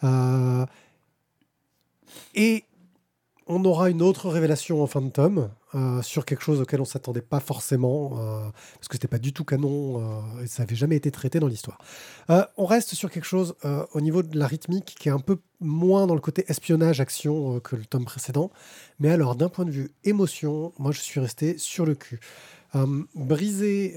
Et on aura une autre révélation en fin de tome sur quelque chose auquel on ne s'attendait pas forcément, parce que ce n'était pas du tout canon et ça n'avait jamais été traité dans l'histoire. On reste sur quelque chose au niveau de la rythmique qui est un peu moins dans le côté espionnage-action que le tome précédent. Mais alors, d'un point de vue émotion, moi, je suis resté sur le cul. Briser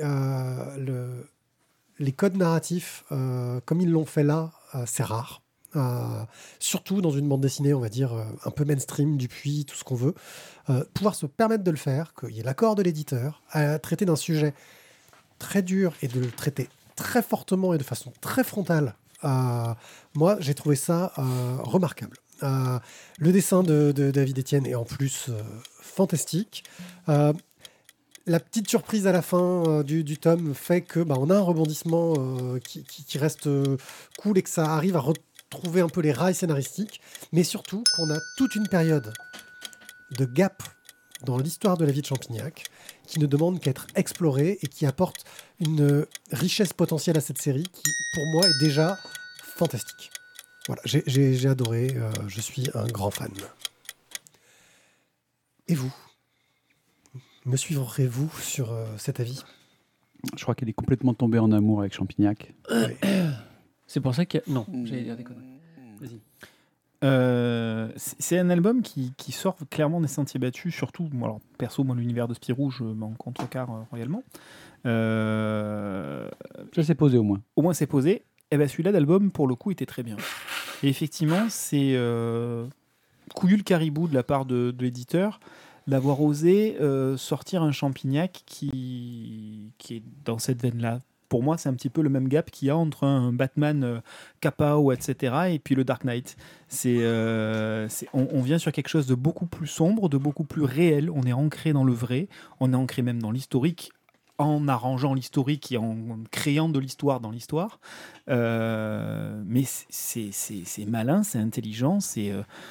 les codes narratifs comme ils l'ont fait là, c'est rare. Surtout dans une bande dessinée, on va dire, un peu mainstream, Dupuis, tout ce qu'on veut. Pouvoir se permettre de le faire, qu'il y ait l'accord de l'éditeur, à traiter d'un sujet très dur et de le traiter très fortement et de façon très frontale. Moi, j'ai trouvé ça remarquable. Le dessin de David Etienne est en plus fantastique. La petite surprise à la fin du tome fait que on a un rebondissement qui reste cool et que ça arrive à retrouver un peu les rails scénaristiques, mais surtout qu'on a toute une période de gap dans l'histoire de la vie de Champignac qui ne demande qu'à être explorée et qui apporte une richesse potentielle à cette série qui, pour moi, est déjà fantastique. Voilà, j'ai adoré, je suis un grand fan. Et vous ? Me suivrez-vous sur cet avis ? Je crois qu'elle est complètement tombée en amour avec Champignac. C'est pour ça que... Non, j'allais dire des conneries. Vas-y. C'est un album qui sort clairement des sentiers battus, surtout, alors, perso, moi, l'univers de Spirou, je m'en contrecarre royalement. Ça s'est posé au moins. Au moins, c'est posé. Et ben celui-là d'album, pour le coup, était très bien. Et effectivement, c'est couillu le caribou de la part de l'éditeur d'avoir osé sortir un Champignac qui est dans cette veine-là. Pour moi, c'est un petit peu le même gap qu'il y a entre un Batman Kapao, etc., et puis le Dark Knight. On vient sur quelque chose de beaucoup plus sombre, de beaucoup plus réel. On est ancré dans le vrai, on est ancré même dans l'historique, en arrangeant l'historique et en créant de l'histoire dans l'histoire. Mais c'est malin, c'est intelligent, c'est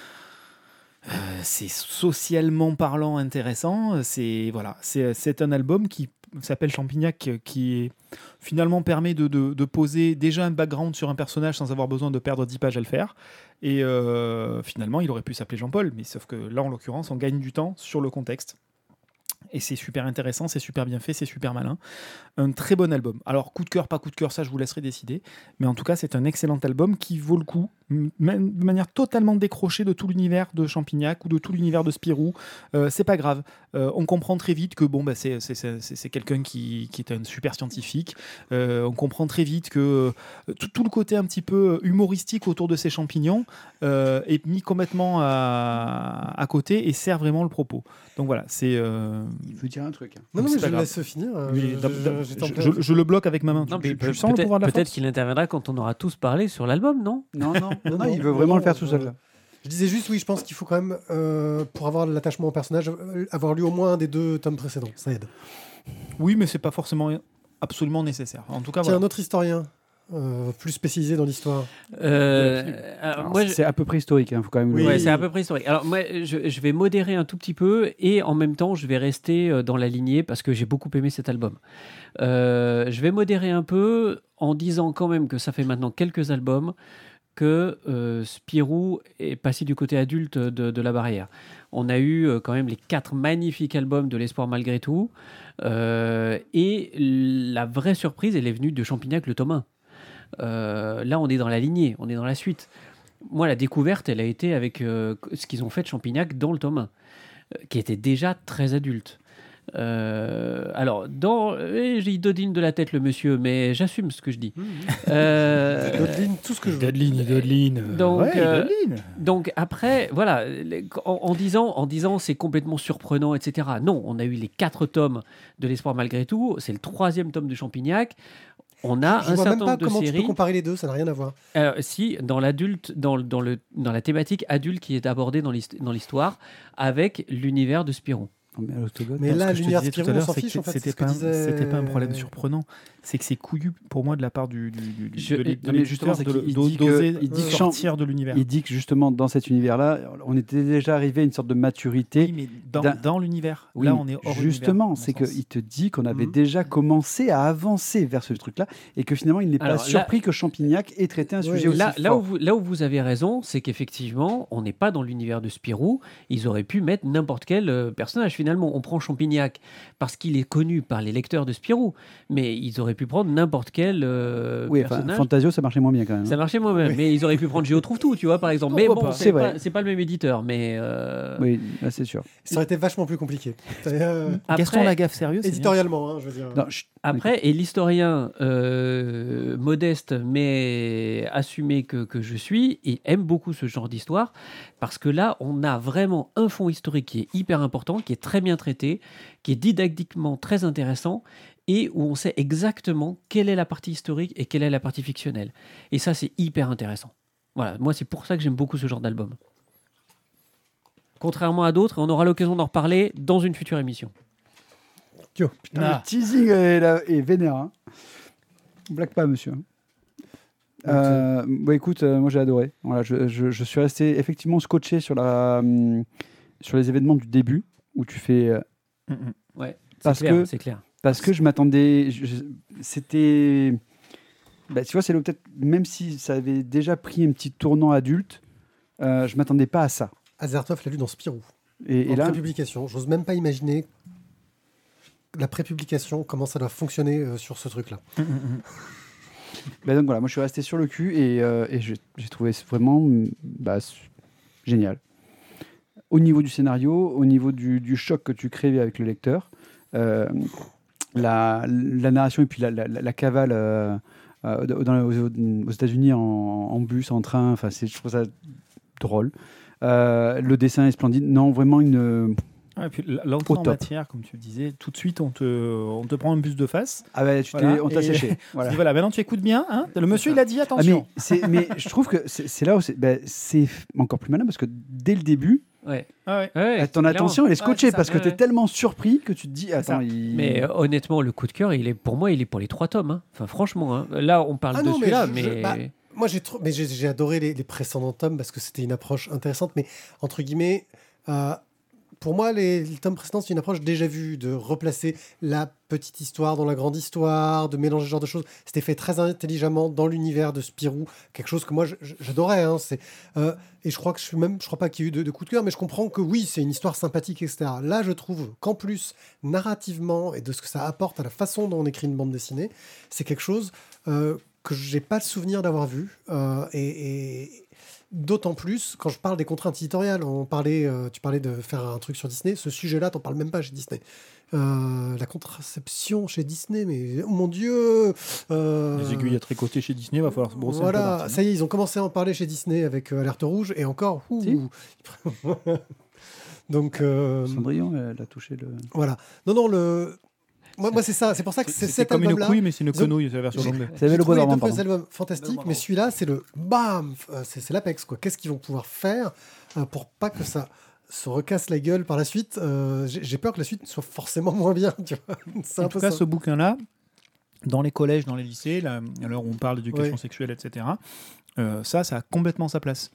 socialement parlant intéressant. C'est un album qui s'appelle Champignac, qui finalement permet de poser déjà un background sur un personnage sans avoir besoin de perdre 10 pages à le faire. Et finalement, il aurait pu s'appeler Jean-Paul, mais sauf que là, en l'occurrence, on gagne du temps sur le contexte. Et c'est super intéressant, c'est super bien fait, c'est super malin. Un très bon album. Alors, coup de cœur, pas coup de cœur, ça je vous laisserai décider. Mais en tout cas, c'est un excellent album qui vaut le coup, de manière totalement décrochée de tout l'univers de Champignac ou de tout l'univers de Spirou. C'est pas grave. On comprend très vite que c'est quelqu'un qui est un super scientifique. On comprend très vite que tout le côté un petit peu humoristique autour de ces champignons est mis complètement à côté et sert vraiment le propos. Donc voilà, c'est... Il veut dire un truc. Non, mais c'est je pas le grave. laisse finir. Je le bloque avec ma main. Non, Tu mais sens le pouvoir de la peut-être force. qu'il interviendra quand on aura tous parlé sur l'album, non ? Non, il veut vraiment le faire tout seul. Je disais juste, oui, je pense qu'il faut quand même, pour avoir l'attachement au personnage, avoir lu au moins un des 2 tomes précédents. Ça aide. Oui, mais c'est pas forcément absolument nécessaire. En tout cas, Tiens, voilà. un autre historien, plus spécialisé dans l'histoire. Alors, moi, C'est à peu près historique, faut quand même Oui. Ouais, c'est à peu près historique. Alors moi, je vais modérer un tout petit peu et en même temps, je vais rester dans la lignée parce que j'ai beaucoup aimé cet album. Je vais modérer un peu en disant quand même que ça fait maintenant quelques albums que Spirou est passé du côté adulte de la barrière. On a eu quand même les 4 magnifiques albums de l'Espoir malgré tout. Et la vraie surprise, elle est venue de Champignac, le tome 1. Là, on est dans la lignée, on est dans la suite. Moi, la découverte, elle a été avec ce qu'ils ont fait de Champignac dans le tome 1, qui était déjà très adulte. Alors, j'ai Dodine de la tête, le monsieur, mais j'assume ce que je dis. Dodeline, tout ce que je veux. Dodeline. Donc, Dodeline. Donc après, voilà, en disant c'est complètement surprenant, etc. Non, on a eu les 4 tomes de l'Espoir malgré tout. C'est le 3e tome de Champignac. On a Je un vois certain même pas nombre de comment tu séries. peux comparer les deux, ça n'a rien à voir. Alors, si, dans l'adulte, dans la thématique adulte qui est abordée dans l'histoire, avec l'univers de Spirou. Mais à l'Autogoth, Mais Non, là, ce que je te l'univers disais tout Spirou, à on l'heure, s'en c'est que fiche, en fait. c'était c'est ce que pas, disait- c'était pas un problème surprenant. C'est que c'est couillu pour moi de la part de mais justement, l'éditeur c'est de qu'il dit d'oser que- il dit que sortir de l'univers. il dit que justement, dans cet univers-là, on était déjà arrivé à une sorte de maturité. Oui, mais d'un- dans l'univers. Oui, Là, on est hors justement, univers, c'est à mon sens. qu'il te dit qu'on avait Mhm. déjà commencé à avancer vers ce truc-là et que finalement, il n'est pas Alors, là- surpris que Champignac ait traité un Oui, sujet aussi Là fort. où vous avez raison, c'est qu'effectivement, on n'est pas dans l'univers de Spirou. Ils auraient pu mettre n'importe quel personnage. Finalement, on prend Champignac parce qu'il est connu par les lecteurs de Spirou, mais ils auraient pu prendre n'importe quel Oui, enfin, personnage. Fantasio, ça marchait moins bien quand même. Ça marchait moi-même, mais ils auraient pu prendre Géo Trouve Tout, tu vois, par exemple. Mais Pourquoi bon, pas. C'est c'est vrai. pas le même éditeur, mais Oui, là, c'est sûr. Ça aurait été vachement plus compliqué. Gaston Lagaffe, sérieux, c'est bien. Éditorialement, hein, je veux dire. Non, chut. Après, et l'historien modeste mais assumé que je suis, et aime beaucoup ce genre d'histoire, parce que là, on a vraiment un fond historique qui est hyper important, qui est très bien traité, qui est didactiquement très intéressant, et où on sait exactement quelle est la partie historique et quelle est la partie fictionnelle. Et ça, c'est hyper intéressant. Voilà, moi, c'est pour ça que j'aime beaucoup ce genre d'album. Contrairement à d'autres, et on aura l'occasion d'en reparler dans une future émission. Putain, Ah. le teasing est vénère. Hein. Blague pas, monsieur. Écoute, moi j'ai adoré. Voilà, je suis resté effectivement scotché sur les événements du début où tu fais. Ouais, Parce c'est clair, que- c'est clair. Parce que je m'attendais. C'était. Bah, tu vois, c'est peut-être. Même si ça avait déjà pris un petit tournant adulte, je m'attendais pas à ça. Azertov l'a lu dans Spirou. Et En là. prépublication. J'ose même pas imaginer la prépublication, comment ça doit fonctionner sur ce truc-là. Bah, donc voilà, moi je suis resté sur le cul et j'ai trouvé vraiment génial. Au niveau du scénario, au niveau du choc que tu crées avec le lecteur, la narration et puis la cavale aux États-Unis en bus, en train, enfin, je trouve ça drôle. Le dessin est splendide. Non, vraiment une. Et puis l'entrée Au en top. matière, comme tu disais, tout de suite on te prend un bus de face. Ah ouais, Voilà, on t'a et- séché. Tu Voilà. dis, voilà, maintenant tu écoutes bien. Hein, le monsieur ça. il a dit attention. Mais je trouve que c'est là où c'est encore plus malin parce que dès le début, Ouais. Ah ouais. Ouais, ton clairement. attention elle est scotchée c'est ça. parce que Ouais, tu es ouais. tellement surpris que tu te dis ça. attends, Mais honnêtement, le coup de cœur, pour moi, il est pour les 3 tomes. Hein. Enfin, franchement, hein. Là, on parle Ah de non, mais celui-là, je- mais. bah, Moi, j'ai adoré les précédents tomes parce que c'était une approche intéressante, mais entre guillemets, pour moi, les tomes précédents, c'est une approche déjà vue, de replacer la petite histoire dans la grande histoire, de mélanger ce genre de choses. C'était fait très intelligemment dans l'univers de Spirou, quelque chose que moi j'adorais. Hein, et je crois pas qu'il y ait eu de coup de cœur, mais je comprends que oui, c'est une histoire sympathique, etc. Là, je trouve qu'en plus, narrativement et de ce que ça apporte à la façon dont on écrit une bande dessinée, c'est quelque chose que j'ai pas le souvenir d'avoir vu. Et d'autant plus quand je parle des contraintes éditoriales. Tu parlais de faire un truc sur Disney. Ce sujet-là, t'en parles même pas chez Disney. La contraception chez Disney, mais oh mon Dieu. Les aiguilles à tricoter chez Disney, va falloir se brosser un peu Voilà, partout. ça y est, ils ont commencé à en parler chez Disney avec Alerte Rouge et encore. Si. Donc Cendrillon elle a touché le. voilà. Non, moi c'est ça. C'est pour ça que c'est C'est cet comme une album-là. couille, mais c'est une Ils ont- quenouille, c'est la version longue. Ça avait J'ai le bois trouvé les dormant, deux pardon. premiers albums fantastiques, mais celui-là, c'est le bam, c'est l'apex quoi. Qu'est-ce qu'ils vont pouvoir faire pour pas que ça se recasse la gueule par la suite. J'ai peur que la suite soit forcément moins bien. Tu vois, c'est En un tout peu cas, ça. ce bouquin-là, dans les collèges, dans les lycées, là, à l'heure où on parle d'éducation Ouais. sexuelle, etc., ça a complètement sa place.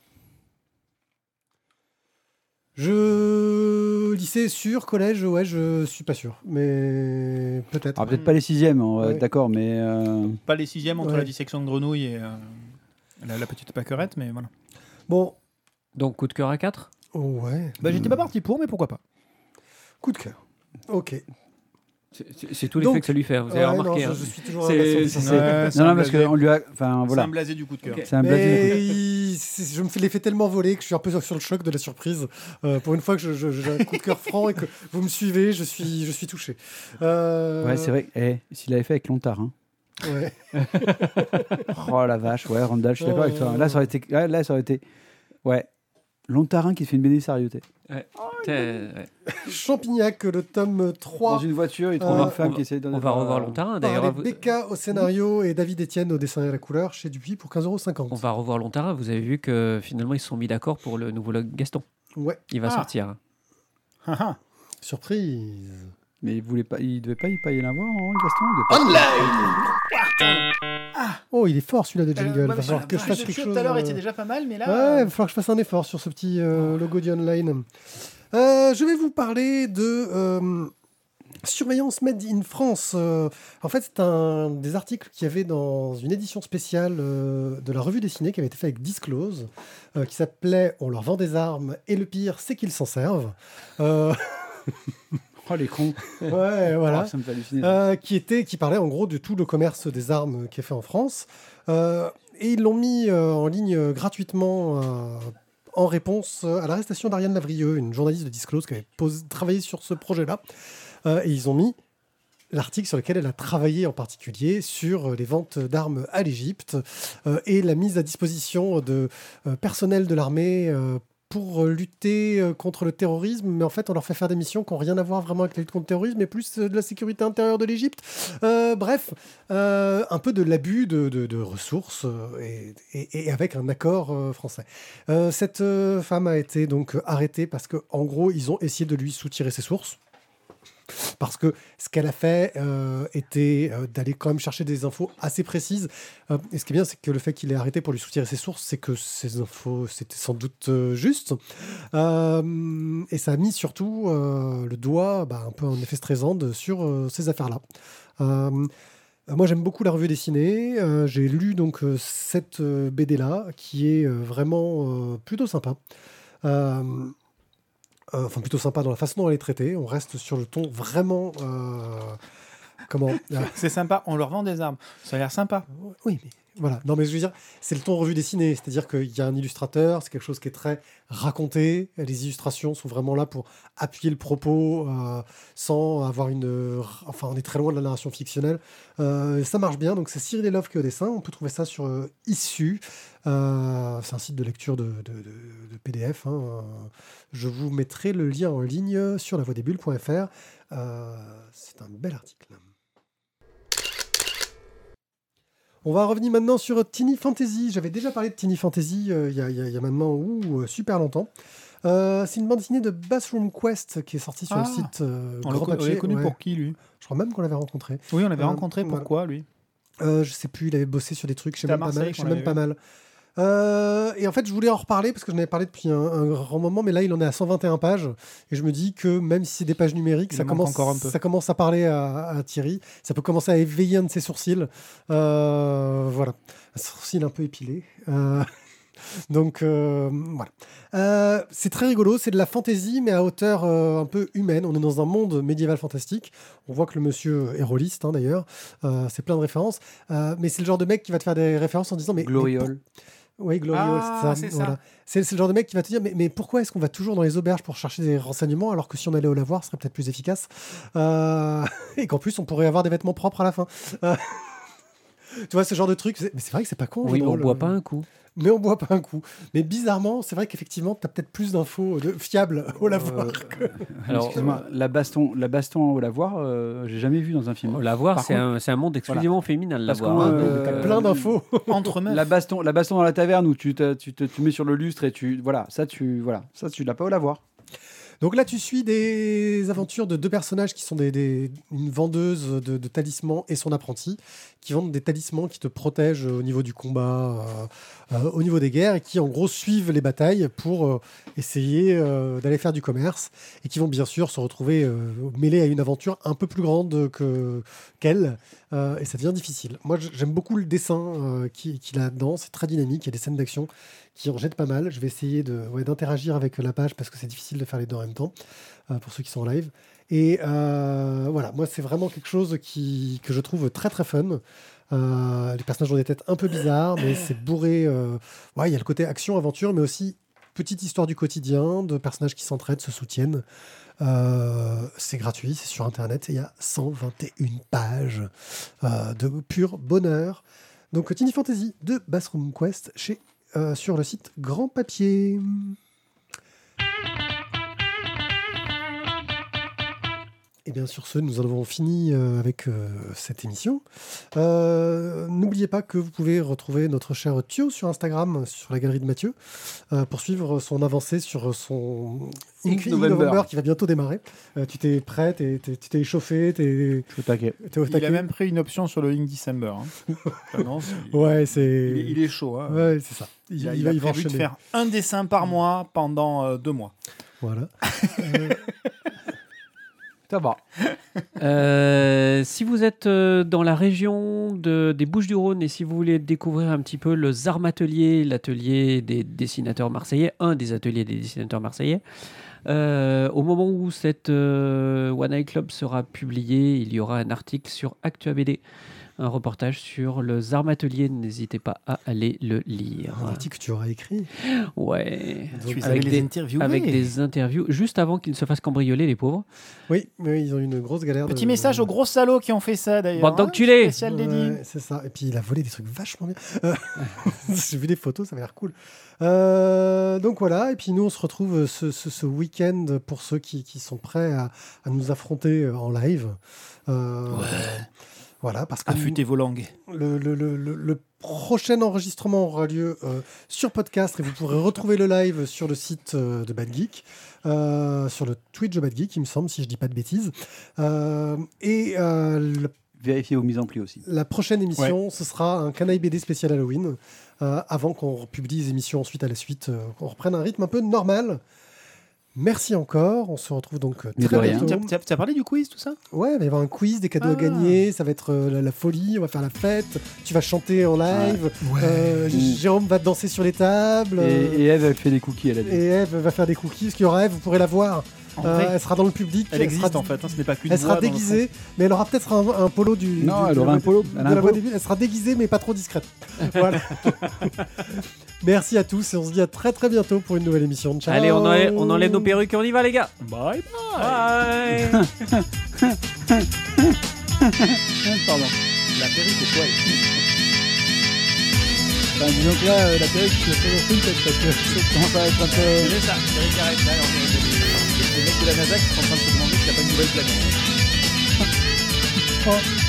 Lycée sûr, collège, ouais, je suis pas sûr, mais peut-être. Alors peut-être pas les sixièmes, Ouais. d'accord, mais Pas les sixièmes entre Ouais. la dissection de grenouille et la petite pâquerette, mais voilà. Bon, Donc, coup de cœur à 4. ouais, Bah, j'étais pas parti pour, mais pourquoi pas. coup de cœur. Ok. C'est tout Donc- l'effet que ça lui fait, vous avez Ouais, remarqué. non, hein. je suis toujours C'est- impatient de c'est- ça. Ouais, c'est non, un non, parce blasé. qu'on lui a, enfin C'est voilà, un blasé du coup de cœur. Ok. c'est un blasé. Mais je me fais l'effet tellement volé que je suis un peu sur le choc de la surprise. Pour une fois que j'ai un coup de cœur franc et que vous me suivez, je suis touché. Ouais, c'est vrai. S'il avait fait avec Lontard, hein. Ouais. Oh la vache, ouais, Randall, je suis d'accord avec toi. Là, ça aurait été, ouais, Lontarin qui te fait une BD sérieux. Ouais. Champignac, le tome 3. Dans une voiture, il trouve Euh, une femme qui essaie de donner. On va revoir Lontarin. D'ailleurs, Par vous- Becca au scénario et David Etienne au dessin et à la couleur chez Dupuis pour 15,50 on €. va revoir Lontarin. Vous avez vu que finalement, ils se sont mis d'accord pour le nouveau log Gaston. Ouais. Il va Ah. sortir. Ah, ah. Surprise. Mais il devait pas y l'avoir en Gaston. Il devait pas- Oh, il est fort celui-là de jingle. Ouais, Va falloir que je fasse quelque chose. Tout à l'heure était déjà pas mal, mais là. Ouais, il va falloir que je fasse un effort sur ce petit logo du online. Je vais vous parler de Surveillance Made in France. En fait, c'est un des articles qu'il y avait dans une édition spéciale de la revue dessinée qui avait été fait avec Disclose, qui s'appelait On leur vend des armes et le pire, c'est qu'ils s'en servent. Oh, les cons. Ouais, voilà. Oh, ça me fait halluciner. Qui parlait en gros de tout le commerce des armes qui est fait en France. Et ils l'ont mis en ligne gratuitement en réponse à l'arrestation d'Ariane Lavrieux, une journaliste de Disclose qui avait travaillé sur ce projet-là. Et ils ont mis l'article sur lequel elle a travaillé en particulier sur les ventes d'armes à l'Égypte et la mise à disposition de personnel de l'armée pour lutter contre le terrorisme, mais en fait on leur fait faire des missions qui n'ont rien à voir vraiment avec la lutte contre le terrorisme, mais plus de la sécurité intérieure de l'Égypte. Bref, un peu de l'abus de ressources et avec un accord français. Cette femme a été donc arrêtée parce qu'en gros ils ont essayé de lui soutirer ses sources. Parce que ce qu'elle a fait était d'aller quand même chercher des infos assez précises. Et ce qui est bien, c'est que le fait qu'il ait arrêté pour lui soutirer ses sources, c'est que ces infos, c'était sans doute justes. Et ça a mis surtout le doigt, un peu en effet Streisand, sur ces affaires-là. Moi, j'aime beaucoup la revue dessinée. J'ai lu donc cette BD-là, qui est vraiment plutôt sympa. Enfin, plutôt sympa dans la façon dont elle est traitée. On reste sur le ton vraiment... C'est sympa, on leur vend des armes. Ça a l'air sympa. Oui, mais voilà. Non, mais je veux dire, c'est le ton revue dessinée. C'est-à-dire qu'il y a un illustrateur, c'est quelque chose qui est très raconté. Les illustrations sont vraiment là pour appuyer le propos sans avoir une... Enfin, on est très loin de la narration fictionnelle. Ça marche bien. Donc, c'est Cyril Eloff qui est au dessin. On peut trouver ça sur Issu. C'est un site de lecture de PDF. Hein. Je vous mettrai le lien en ligne sur lavoidesbulles.fr. C'est un bel article. On va revenir maintenant sur Tiny Fantasy. J'avais déjà parlé de Tiny Fantasy il y a maintenant super longtemps. C'est une bande dessinée de Bathroom Quest qui est sortie sur le site Grand On Papier. l'a connu Ouais. pour qui, lui? Je crois même qu'on l'avait rencontré. Oui, on l'avait rencontré. voilà. Pourquoi, lui? Je sais plus, il avait bossé sur des trucs chez C'était à même pas Marseille mal. qu'on Chez même l'avait pas mal. Et en fait, je voulais en reparler parce que j'en avais parlé depuis un grand moment, mais là, il en est à 121 pages. Et je me dis que même si c'est des pages numériques, Il ça en manque encore un peu. commence à parler à Thierry. Ça peut commencer à éveiller un de ses sourcils. Voilà. Un sourcil un peu épilé. Donc, voilà. C'est très rigolo. C'est de la fantasy, mais à hauteur un peu humaine. On est dans un monde médiéval fantastique. On voit que le monsieur est rôliste, hein, d'ailleurs. C'est plein de références. Mais c'est le genre de mec qui va te faire des références en disant... Gloriole. Oui, Gloriole, c'est ça. Voilà. C'est le genre de mec qui va te dire mais pourquoi est-ce qu'on va toujours dans les auberges pour chercher des renseignements alors que si on allait au lavoir, ce serait peut-être plus efficace et qu'en plus, on pourrait avoir des vêtements propres à la fin. Tu vois, ce genre de truc. Mais c'est vrai que c'est pas con. Oui, mais on drôle. boit pas un coup. Mais on boit pas un coup. Mais bizarrement, c'est vrai qu'effectivement, tu as peut-être plus d'infos fiables au lavoir. Alors, Excuse-moi, la baston au lavoir, j'ai jamais vu dans un film. Lavoir, Par c'est un monde exclusivement féminin, le Parce lavoir. qu'on, hein. T'as plein d'infos. Entre meufs. La baston dans la taverne où tu te mets sur le lustre et tu l'as pas au lavoir. Donc là, tu suis des aventures de deux personnages qui sont une vendeuse de talismans et son apprenti, qui vendent des talismans qui te protègent au niveau du combat, au niveau des guerres, et qui en gros suivent les batailles pour essayer d'aller faire du commerce, et qui vont bien sûr se retrouver mêlés à une aventure un peu plus grande qu'elle, et ça devient difficile. Moi, j'aime beaucoup le dessin qu'il a là-dedans, c'est très dynamique, il y a des scènes d'action qui en jettent pas mal. Je vais essayer d'interagir avec la page parce que c'est difficile de faire les deux en même temps pour ceux qui sont en live. Et voilà, moi c'est vraiment quelque chose que je trouve très très fun. Les personnages ont des têtes un peu bizarres, mais c'est bourré. Il y a le côté action-aventure, mais aussi petite histoire du quotidien, de personnages qui s'entraident, se soutiennent. C'est gratuit, c'est sur Internet, et il y a 121 pages de pur bonheur. Donc Tiny Fantasy de Bathroom Quest sur le site Grand Papier. Et bien sur ce, nous en avons fini avec cette émission. N'oubliez pas que vous pouvez retrouver notre cher Thio sur Instagram, sur la galerie de Mathieu, pour suivre son avancée sur son Ink November qui va bientôt démarrer. Tu t'es prêt, tu t'es échauffé, Je suis au taquet. t'es au Il taquet. a même pris une option sur le Ink December. Hein. Enfin, non, Ouais, c'est... il est chaud. Hein. Ouais, c'est ça. Il a va prévu de enchaîner. faire un dessin par mois pendant 2 mois. Voilà. Ça va. Si vous êtes dans la région des Bouches-du-Rhône et si vous voulez découvrir un petit peu le Zarmatelier, l'atelier des dessinateurs marseillais, un des ateliers des dessinateurs marseillais, au moment où cette One Eye Club sera publié, il y aura un article sur Actua BD, un reportage sur le Zarmatelier. N'hésitez pas à aller le lire. Un article que tu auras écrit. Ouais. Donc, Tu avec les des- interviews. Avec des interviews juste avant qu'ils ne se fassent cambrioler, les pauvres. Oui, ils ont eu une grosse galère. Petit message aux gros salauds qui ont fait ça d'ailleurs. Bande d'enculés. Spécial dédié. Ouais, c'est ça. Et puis il a volé des trucs vachement bien. J'ai vu des photos, ça avait l'air cool. Donc voilà. Et puis nous, on se retrouve ce week-end pour ceux qui sont prêts à nous affronter en live. Voilà, parce que Affûtez vos langues. le prochain enregistrement aura lieu sur podcast et vous pourrez retrouver le live sur le site de Bad Geek, sur le Twitch de Bad Geek, il me semble, si je dis pas de bêtises. Vérifiez vos mises en pli aussi. La prochaine émission, ce sera un Canaille BD spécial Halloween, avant qu'on publie les émissions ensuite à la suite, qu'on reprenne un rythme un peu normal. Merci encore, on se retrouve donc Mais très de rien. bientôt. Tu as parlé du quiz, tout ça? Ouais, il va y avoir un quiz, des cadeaux à Ah. gagner, ça va être la folie, on va faire la fête, tu vas chanter en live, Jérôme va danser sur les tables, Et Eve, elle fait des cookies, elle a dit. et Eve va faire des cookies, parce qu'il y aura Eve, vous pourrez la voir. En vrai, Elle sera dans le public. elle existe sera, en fait, hein, ce n'est pas qu'une Elle voix sera dans le déguisée, mais elle aura peut-être un polo du. Non, elle de aura la un polo. de Elle a la un voix polo. début. Elle sera déguisée, mais pas trop discrète. Voilà. Merci à tous et on se dit à très très bientôt pour une nouvelle émission. Ciao. Allez, on enlève nos perruques et on y va, les gars. Bye Bye. Pardon. La perruque au poil. Enfin, disons que là, la perruque, je fais le peut-être parce que ça commence à être un peu. C'est ça, Eric arrête là, alors, les mecs de la NASA qui sont en train de se demander s'il n'y a pas une nouvelle planète. Oh.